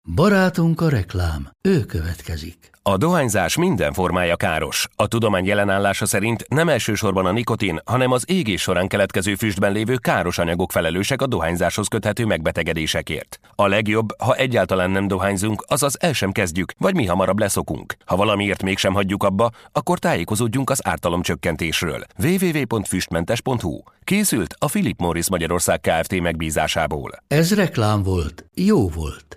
Barátunk a reklám, ő következik. A dohányzás minden formája káros. A tudomány jelenállása szerint nem elsősorban a nikotin, hanem az égés során keletkező füstben lévő káros anyagok felelősek a dohányzáshoz köthető megbetegedésekért. A legjobb, ha egyáltalán nem dohányzunk, azaz el sem kezdjük, vagy mi hamarabb leszokunk. Ha valamiért mégsem hagyjuk abba, akkor tájékozódjunk az ártalomcsökkentésről. www.füstmentes.hu. Készült a Philip Morris Magyarország Kft. Megbízásából. Ez reklám volt, jó volt.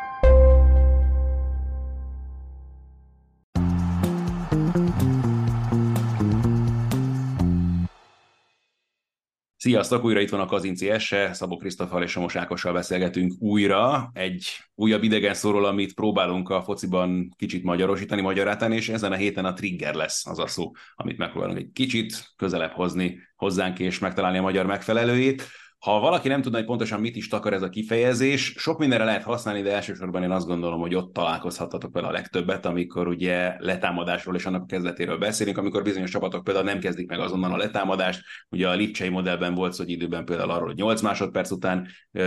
Sziasztok, újra itt van a Kazinci Esse, Szabó Krisztoffal és Somos Ákossal beszélgetünk újra egy újabb idegen szóról, amit próbálunk a fociban kicsit magyarosítani, magyarátani, és ezen a héten a trigger lesz az a szó, amit megpróbálunk egy kicsit közelebb hozni hozzánk és megtalálni a magyar megfelelőjét. Ha valaki nem tudna, hogy pontosan mit is takar ez a kifejezés, sok mindenre lehet használni, de elsősorban én azt gondolom, hogy ott találkozhattatok vele a legtöbbet, amikor ugye letámadásról és annak a kezdetéről beszélünk, amikor bizonyos csapatok például nem kezdik meg azonnal a letámadást. Ugye a Lipcsei modellben volt szó egy időben például arról, hogy 8 másodperc után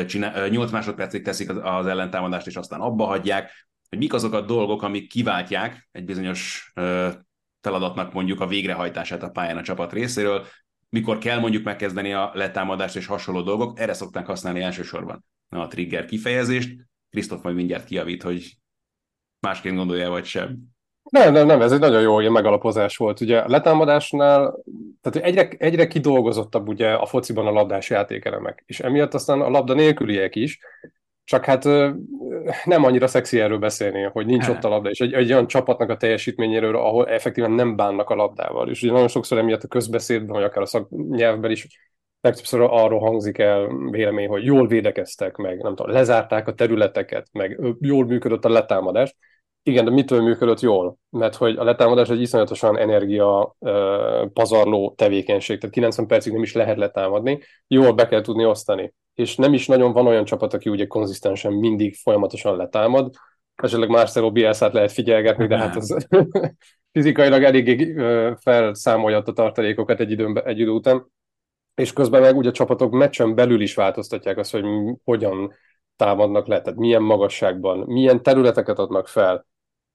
8 másodpercig teszik az ellentámadást, és aztán abba hagyják, hogy mik azok a dolgok, amik kiváltják egy bizonyos feladatnak mondjuk a végrehajtását a pályán a csapat részéről, mikor kell mondjuk megkezdeni a letámadást és hasonló dolgok, erre szokták használni elsősorban a trigger kifejezést. Krisztof majd mindjárt kijavít, hogy másként gondolja, vagy sem. Nem, ez egy nagyon jó ilyen megalapozás volt. Ugye a letámadásnál, tehát egyre kidolgozottabb ugye a fociban a labdás játékelemek, és emiatt aztán a labda nélküliek is, csak hát nem annyira szexi erről beszélni, hogy nincs ott a labda, és egy olyan csapatnak a teljesítményéről, ahol effektíven nem bánnak a labdával. És ugye nagyon sokszor emiatt a közbeszédben, vagy akár a szaknyelvben is legtöbbször arról hangzik el vélemény, hogy jól védekeztek meg, nem tudom, lezárták a területeket, meg jól működött a letámadás. Igen, de mitől működött jól? Mert hogy a letámadás egy iszonyatosan energia pazarló tevékenység, tehát 90 percig nem is lehet letámadni, jól be kell tudni osztani. És nem is nagyon van olyan csapat, aki ugye konzisztensen mindig folyamatosan letámad. Esetleg Marcelo Bielsa-t lehet figyelgetni, de hát az fizikailag eléggé felszámolja a tartalékokat egy idő után. És közben meg ugye a csapatok meccsen belül is változtatják azt, hogy hogyan támadnak le, tehát milyen magasságban, milyen területeket adnak fel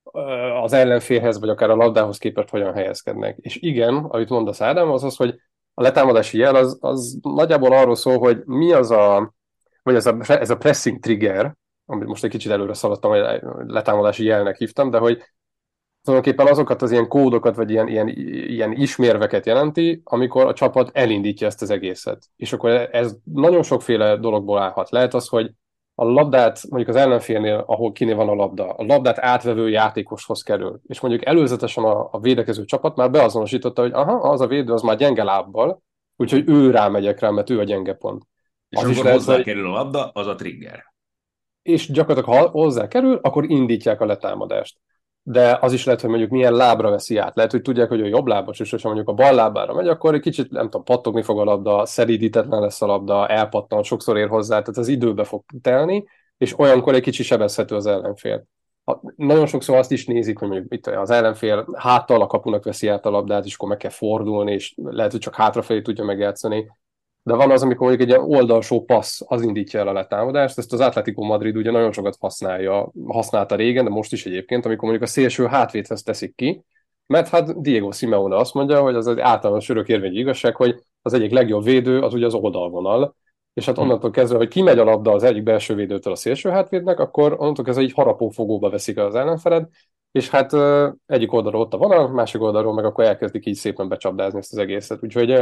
az ellenfélhez, vagy akár a labdához képest hogyan helyezkednek. És igen, amit mondasz Ádám, az az, hogy a letámadási jel az nagyjából arról szól, hogy mi az vagy ez a pressing trigger, amit most egy kicsit előre szaladtam, hogy letámadási jelnek hívtam, de hogy tulajdonképpen azokat az ilyen kódokat, vagy ilyen ismérveket jelenti, amikor a csapat elindítja ezt az egészet. És akkor ez nagyon sokféle dologból állhat. Lehet az, hogy a labdát, mondjuk az ellenfélnél, ahol kinél van a labdát átvevő játékoshoz kerül. És mondjuk előzetesen a védekező csapat már beazonosította, hogy aha, az a védő az már gyenge lábbal, úgyhogy ő rámegyek rá, mert ő a gyenge pont. És Az amikor lehet, hozzá kerül a labda, az a trigger. és gyakorlatilag, ha hozzá kerül, akkor indítják a letámadást. De az is lehet, hogy mondjuk milyen lábra veszi át. Lehet, hogy tudják, hogy ő jobb lábas, és ha mondjuk a bal lábára megy, akkor egy kicsit, nem tudom, pattogni fog a labda, szerítítetlen lesz a labda, elpattan, sokszor ér hozzá, tehát az időbe fog telni, és olyankor egy kicsit sebezhető az ellenfél. Nagyon sokszor azt is nézik, hogy mondjuk itt az ellenfél háttal a kapunak veszi át a labdát, és akkor meg kell fordulni, és lehet, hogy csak hátrafelé tudja megjátszani. De van az, amikor mondjuk egy ilyen oldalsó passz az indítja el a letámadást, ezt az Atlético Madrid ugye nagyon sokat használta régen, de most is egyébként, amikor mondjuk a szélső hátvédhez teszik ki, mert hát Diego Simeone azt mondja, hogy az egy általános örökérvényű igazság, hogy az egyik legjobb védő az ugye az oldalvonal, és hát onnantól kezdve, hogy kimegy a labda az egyik belső védőtől a szélső hátvédnek, akkor onnantól kezdve így harapófogóba veszik az ellenfeled, és hát egyik oldalról ott a vonal, másik oldalról meg akkor elkezdik így szépen becsapdázni ezt az egészet. Úgyhogy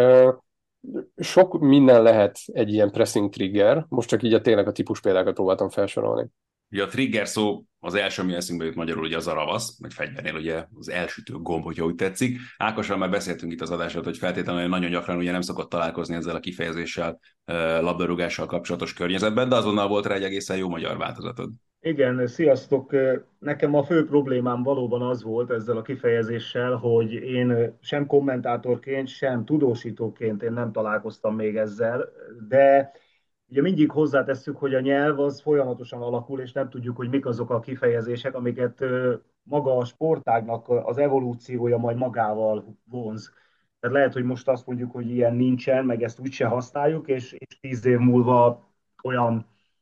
sok minden lehet egy ilyen pressing trigger, most csak így tényleg a típus példákat próbáltam felsorolni. Ugye a trigger szó az első, ami eszünkbe jut magyarul, ugye az a ravasz, vagy fegyvernél ugye az elsütő gomb, hogyha úgy tetszik. Ákossal már beszéltünk itt az adásról, hogy feltétlenül nagyon gyakran ugye nem szokott találkozni ezzel a kifejezéssel, labdarúgással kapcsolatos környezetben, de azonnal volt rá egy egészen jó magyar változatod. Igen, sziasztok! Nekem a fő problémám valóban az volt ezzel a kifejezéssel, hogy én sem kommentátorként, sem tudósítóként én nem találkoztam még ezzel, de ugye mindig hozzátesszük, hogy a nyelv az folyamatosan alakul, és nem tudjuk, hogy mik azok a kifejezések, amiket maga a sportágnak az evolúciója majd magával vonz. Tehát lehet, hogy most azt mondjuk, hogy ilyen nincsen, meg ezt úgyse használjuk, és 10 év múlva olyan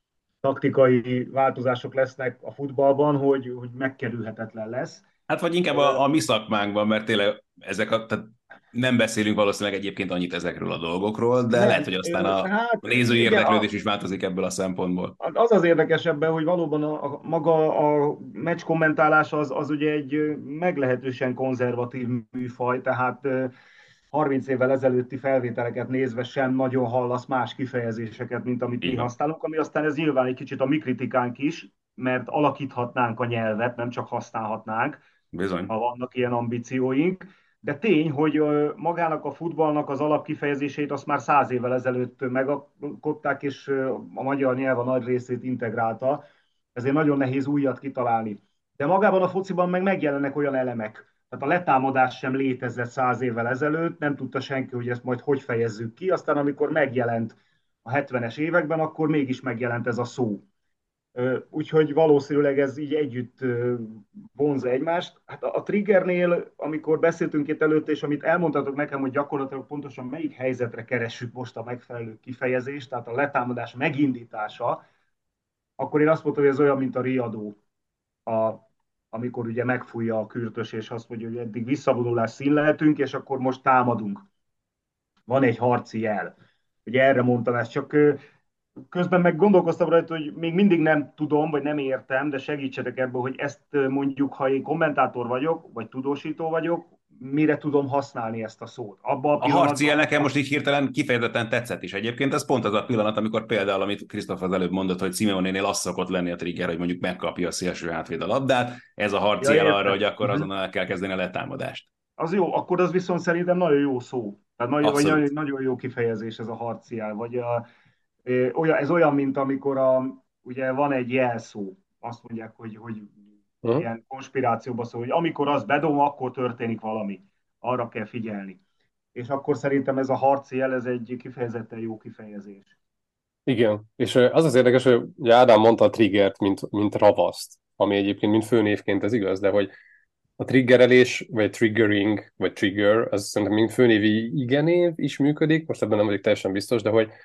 taktikai változások lesznek a futballban, hogy megkerülhetetlen lesz. Hát vagy inkább a mi szakmánkban, mert tényleg tehát nem beszélünk valószínűleg egyébként annyit ezekről a dolgokról, de lehet, hogy Nem, aztán a hát nézői igen, érdeklődés is változik ebből a szempontból. az az érdekesebben, hogy valóban maga a meccs kommentálás az ugye egy meglehetősen konzervatív műfaj, tehát 30 évvel ezelőtti felvételeket nézve sem nagyon hallasz más kifejezéseket, mint amit mi Így van. használunk, ami aztán ez nyilván egy kicsit a mi kritikánk is, mert alakíthatnánk a nyelvet, nem csak használhatnánk, Bizony. ha vannak ilyen ambícióink. De tény, hogy magának a futballnak az alapkifejezését azt már 100 évvel ezelőtt megalkották, és a magyar nyelv a nagy részét integrálta, ezért nagyon nehéz újat kitalálni. De magában a fociban meg megjelennek olyan elemek. Tehát a letámadás sem létezett 100 évvel ezelőtt, nem tudta senki, hogy ezt majd hogy fejezzük ki. Aztán amikor megjelent a 70-es években, akkor mégis megjelent ez a szó. Úgyhogy valószínűleg ez így együtt vonza egymást. Hát a triggernél, amikor beszéltünk itt előtt, és amit elmondtatok nekem, hogy gyakorlatilag pontosan melyik helyzetre keressük most a megfelelő kifejezést, tehát a letámadás megindítása, akkor én azt mondtam, hogy ez olyan, mint a riadó, amikor ugye megfújja a kürtös, és azt mondja, hogy eddig visszavonulás színleltünk, és akkor most támadunk. Van egy harci jel. Ugye erre mondtam ezt, csak közben meg gondolkoztam rajta, hogy még mindig nem tudom, vagy nem értem, de segítsetek ebben, hogy ezt mondjuk, ha én kommentátor vagyok, vagy tudósító vagyok, mire tudom használni ezt a szót. Abba a A harci jel pillanatban... nekem most így hirtelen kifejezetten tetszett is egyébként. Ez pont az a pillanat, amikor például, amit Krisztof az előbb mondott, hogy Simeonénél az szokott lenni a trigger, hogy mondjuk megkapja a szélső hátvéd a labdát. Ez a harci jel arra, hogy akkor azonnal el kell kezdeni a letámadást. Az jó, akkor az viszont szerintem nagyon jó szó. Tehát nagyon, vagy nagyon, Abszolút. nagyon jó kifejezés ez a harci jel. Vagy ez olyan, mint amikor ugye van egy jelszó, azt mondják, hogy Uh-huh. ilyen konspirációba szól, hogy amikor az bedom, akkor történik valami. Arra kell figyelni. És akkor szerintem ez a harci jel, ez egy kifejezetten jó kifejezés. Igen, és az az érdekes, hogy ugye Ádám mondta a triggert, mint ravaszt, ami egyébként mint főnévként ez igaz, de hogy a triggerelés, vagy triggering, vagy trigger, az szerintem mint főnévi igenév is működik, most ebben nem vagyok teljesen biztos, de hogy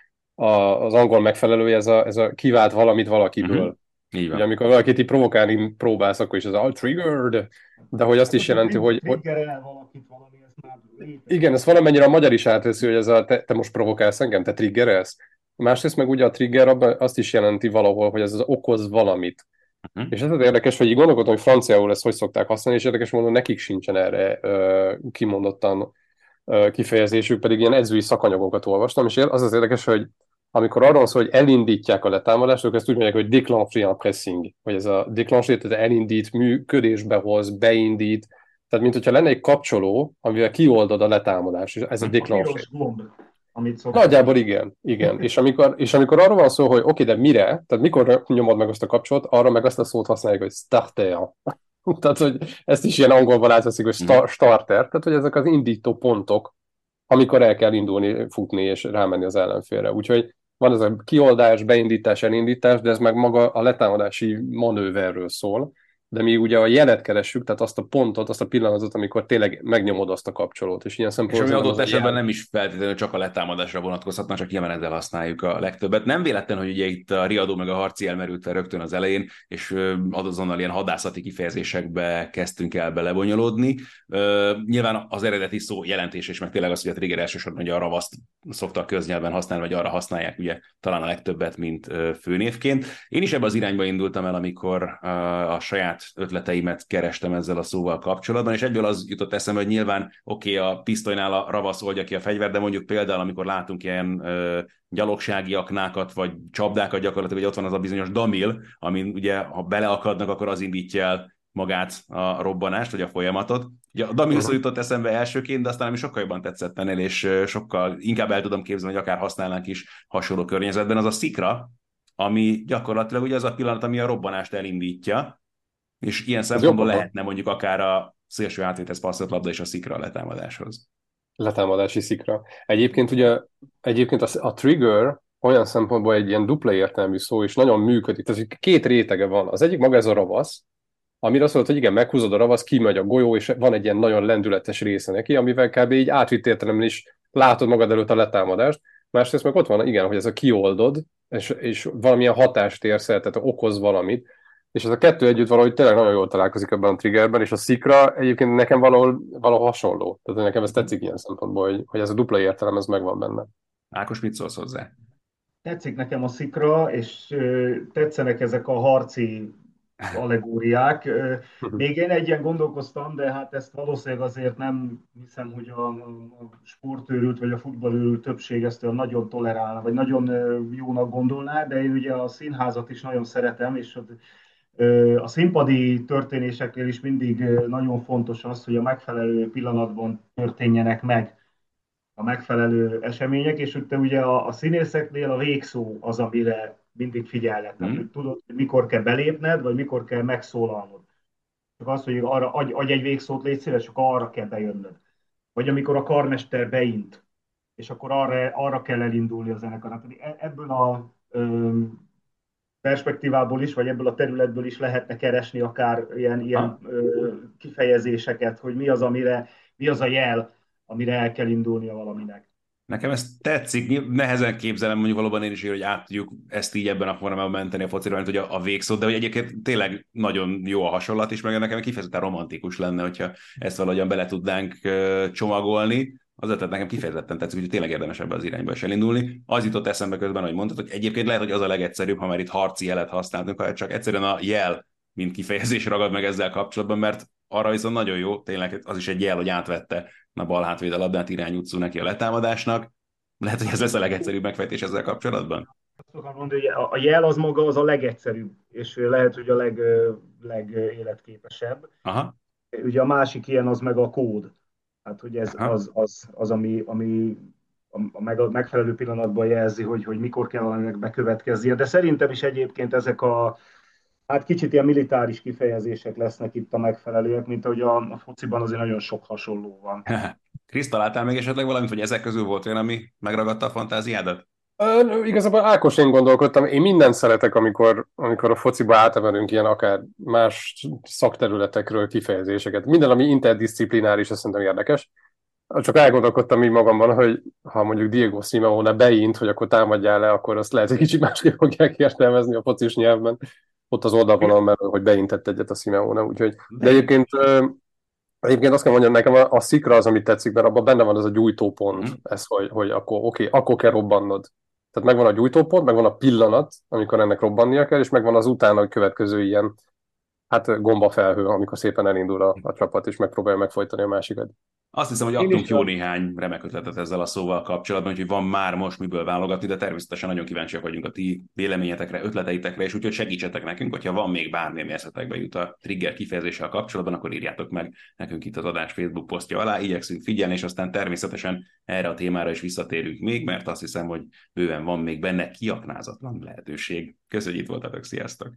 az angol megfelelője ez a kivált valamit valakiből. Uh-huh. Így Ugye van. amikor valakit így provokálni próbálsz, akkor is ez a triggered, de hogy azt is Hogyha jelenti, hogy triggerel valakit valami, ez már létezik. igen, ez valamennyire a magyar is átveszi, hogy ez te most provokálsz engem, te triggerelsz. Másrészt meg ugye a trigger abban azt is jelenti valahol, hogy ez az okoz valamit. Uh-huh. És ez az érdekes, hogy így gondolkodom, hogy franciául ezt hogy szokták használni, és érdekes mondom, nekik sincsen erre kimondottan kifejezésük, pedig ilyen edzői szakanyagokat olvastam, és az az érdekes, hogy amikor arról szól, hogy elindítják a letámadást, ők ezt úgy mondják, hogy déclencher en pressing, hogy ez a déclencher, tehát elindít, működésbe hoz, beindít, tehát mint hogyha lenne egy kapcsoló, amivel kioldod a letámadást, és ez a A déclencher. piros gomb, amit szoktak. Nagyjából igen, igen. És amikor arról van szó, hogy oké, de mire, tehát mikor nyomod meg azt a kapcsolót, arra meg azt a szót használják, hogy starter. Tehát, hogy ezt is ilyen angolban átveszik, hogy starter, tehát, hogy ezek az indító pontok, amikor el kell indulni, futni és rámenni az ellenfélre. Úgyhogy van ez a kioldás, beindítás, elindítás, de ez meg maga a letámadási manőverről szól. De mi ugye a jelet keressük, tehát azt a pontot, azt a pillanatot, amikor tényleg megnyomod azt a kapcsolót. És ilyen És szempontból ami adott az a esetben jel. nem is feltétlenül csak a letámadásra vonatkozhatna, csak nyilván ezzel használjuk a legtöbbet. Nem véletlen, hogy ugye itt a riadó meg a harci elmerült fel rögtön az elején, és azonnal ilyen hadászati kifejezésekbe kezdtünk el belebonyolódni. Nyilván az eredeti szó jelentése is, meg tényleg az, hogy a trigger elsősorban ugye a ravaszt szokta a köznyelven használni, vagy arra használják ugye talán a legtöbbet, mint főnévként. Én is ebbe az irányba indultam el, amikor a saját ötleteimet kerestem ezzel a szóval kapcsolatban, és egyből az jutott eszembe, hogy nyilván oké, a pisztolynál a ravasz oldja ki a fegyver, de mondjuk például, amikor látunk ilyen gyalogsági aknákat, vagy csapdákat gyakorlatilag, hogy ott van az a bizonyos damil, amin ugye, ha beleakadnak, akkor az indítja el magát a robbanást, vagy a folyamatot. Ugye a damil szó jutott eszembe elsőként, de aztán ami sokkal jobban tetszett ennél, és sokkal inkább el tudom képzelni, hogy akár használnánk is hasonló környezetben, az a szikra, ami gyakorlatilag ugye az a pillanat, ami a robbanást elindítja, és ilyen szempontból lehetne mondjuk akár a szélső hátvédhez passzolt labda és a szikra a letámadáshoz. Letámadási szikra. Egyébként ugye a trigger olyan szempontból egy ilyen dupla értelmű szó, és nagyon működik. Tehát két rétege van. Az egyik maga ez a ravasz, amire azt mondod, hogy igen, meghúzod a ravasz, kimegy a golyó, és van egy ilyen nagyon lendületes része neki, amivel kb. Így átvitt értelemben is látod magad előtt a letámadást. Másrészt meg ott van, igen, hogy ez a kioldod, és valamilyen hatást érsz el, tehát okoz valamit, és ez a kettő együtt valahogy tényleg nagyon jól találkozik ebben a triggerben, és a szikra egyébként nekem valahol hasonló. Tehát nekem ez tetszik ilyen szempontból, hogy ez a dupla értelem, ez megvan benne. Ákos, mit szólsz hozzá? Tetszik nekem a szikra, és tetszenek ezek a harci allegóriák. Még én egyen gondolkoztam, de hát ezt valószínűleg azért nem hiszem, hogy a sportőrült vagy a futballőrült többség ezt olyan nagyon tolerálna, vagy nagyon jónak gondolná, de én ugye a színházat is nagyon szeretem, és a színpadi történéseknél is mindig nagyon fontos az, hogy a megfelelő pillanatban történjenek meg a megfelelő események, és ugye a színészeknél a végszó az, amire mindig figyelnek. Tehát, hogy tudod, hogy mikor kell belépned, vagy mikor kell megszólalnod. Csak az, hogy arra adj egy végszót, légy szíves, csak arra kell bejönnöd. Vagy amikor a karmester beint, és akkor arra kell elindulni a zenekarnak. Ebből a perspektívából is, vagy ebből a területből is lehetne keresni akár ilyen kifejezéseket, hogy mi az a jel, amire el kell indulnia valaminek. Nekem ez tetszik, nehezen képzelem mondjuk valóban én is, hogy át tudjuk ezt így ebben a formában menteni a focira, mint hogy a végszót, de hogy egyébként tényleg nagyon jó a hasonlat, és meg nekem kifejezetten romantikus lenne, hogyha ezt valahogyan bele tudnánk csomagolni. Az ötlet nekem kifejezetten tetszik, hogy tényleg érdemes ebbe az irányba is elindulni. Az jutott eszembe közben, hogy mondtad, hogy egyébként lehet, hogy az a legegyszerűbb, ha már itt harci jelet használtunk, ha csak egyszerűen a jel, mint kifejezés ragad meg ezzel kapcsolatban, mert arra viszont nagyon jó, tényleg az is egy jel, hogy átvette a bal hátvéd a labdát, irányútszú neki a letámadásnak. Lehet, hogy ez lesz a legegyszerűbb megfejtés ezzel kapcsolatban? Azt szoktam mondani, hogy a jel az maga az a legegyszerűbb, és lehet, hogy a legéletképesebb. Aha. Ugye a másik ilyen az meg a kód. Hát, hogy ez az ami a megfelelő pillanatban jelzi, hogy mikor kell valaminek bekövetkeznie. De szerintem is egyébként ezek hát kicsit ilyen militáris kifejezések lesznek itt a megfelelőek, mint ahogy a fociban azért nagyon sok hasonló van. Krisz, találtál még esetleg valamit, hogy ezek közül volt olyan, ami megragadta a fantáziádat? Igazából Ákos, én gondolkodtam, én mindent szeretek, amikor a fociba átemelünk ilyen akár más szakterületekről kifejezéseket. Minden, ami interdisziplináris, azt szerintem érdekes. Csak elgondolkodtam így magamban, hogy ha mondjuk Diego Simeone beint, hogy akkor támadjál le, akkor azt lehet, hogy kicsit másképp fogják értelmezni a focis nyelvben. Ott az oldalvonalon belül, hogy beintett egyet a Simeone. Úgyhogy, de egyébként azt kell mondjam, nekem a szikra az, amit tetszik, mert abban benne van ez a gyújtópont, ez, hogy akkor kell robbannod. Tehát megvan a gyújtópont, megvan a pillanat, amikor ennek robbannia kell, és megvan az utána a következő ilyen gombafelhő, amikor szépen elindul a csapat, és megpróbálja megfojtani a másikat. Azt hiszem, hogy adtunk jó néhány remek ötletet ezzel a szóval kapcsolatban, úgyhogy van már most miből válogatni, de természetesen nagyon kíváncsiak vagyunk a ti véleményetekre, ötleteitekre, és úgyhogy segítsetek nekünk, hogyha van még bármi, ami eszetekbe jut a trigger kifejezéssel kapcsolatban, akkor írjátok meg nekünk itt az adás Facebook posztja alá, igyekszünk figyelni, és aztán természetesen erre a témára is visszatérünk még, mert azt hiszem, hogy bőven van még benne kiaknázatlan lehetőség. Köszönjük, itt voltatok, sziasztok!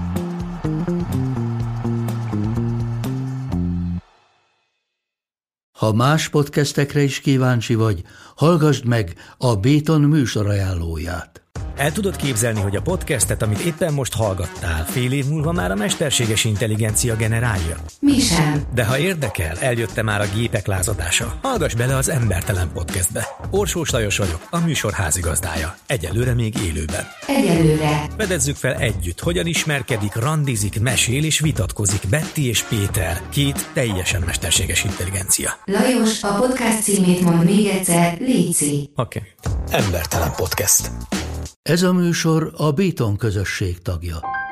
Ha más podcastekre is kíváncsi vagy, hallgassd meg a Béton műsor ajánlóját. El tudod képzelni, hogy a podcastet, amit éppen most hallgattál, fél év múlva már a mesterséges intelligencia generálja? Mi sem. De ha érdekel, eljött már a gépek lázadása. Hallgass bele az Embertelen Podcastbe. Orsós Lajos vagyok, a műsor házigazdája. Egyelőre még élőben. Egyelőre. Fedezzük fel együtt, hogyan ismerkedik, randizik, mesél és vitatkozik Betty és Péter, két teljesen mesterséges intelligencia. Lajos, a podcast címét mond még egyszer, léci. Oké. Embertelen Podcast. Ez a műsor a Béton közösség tagja.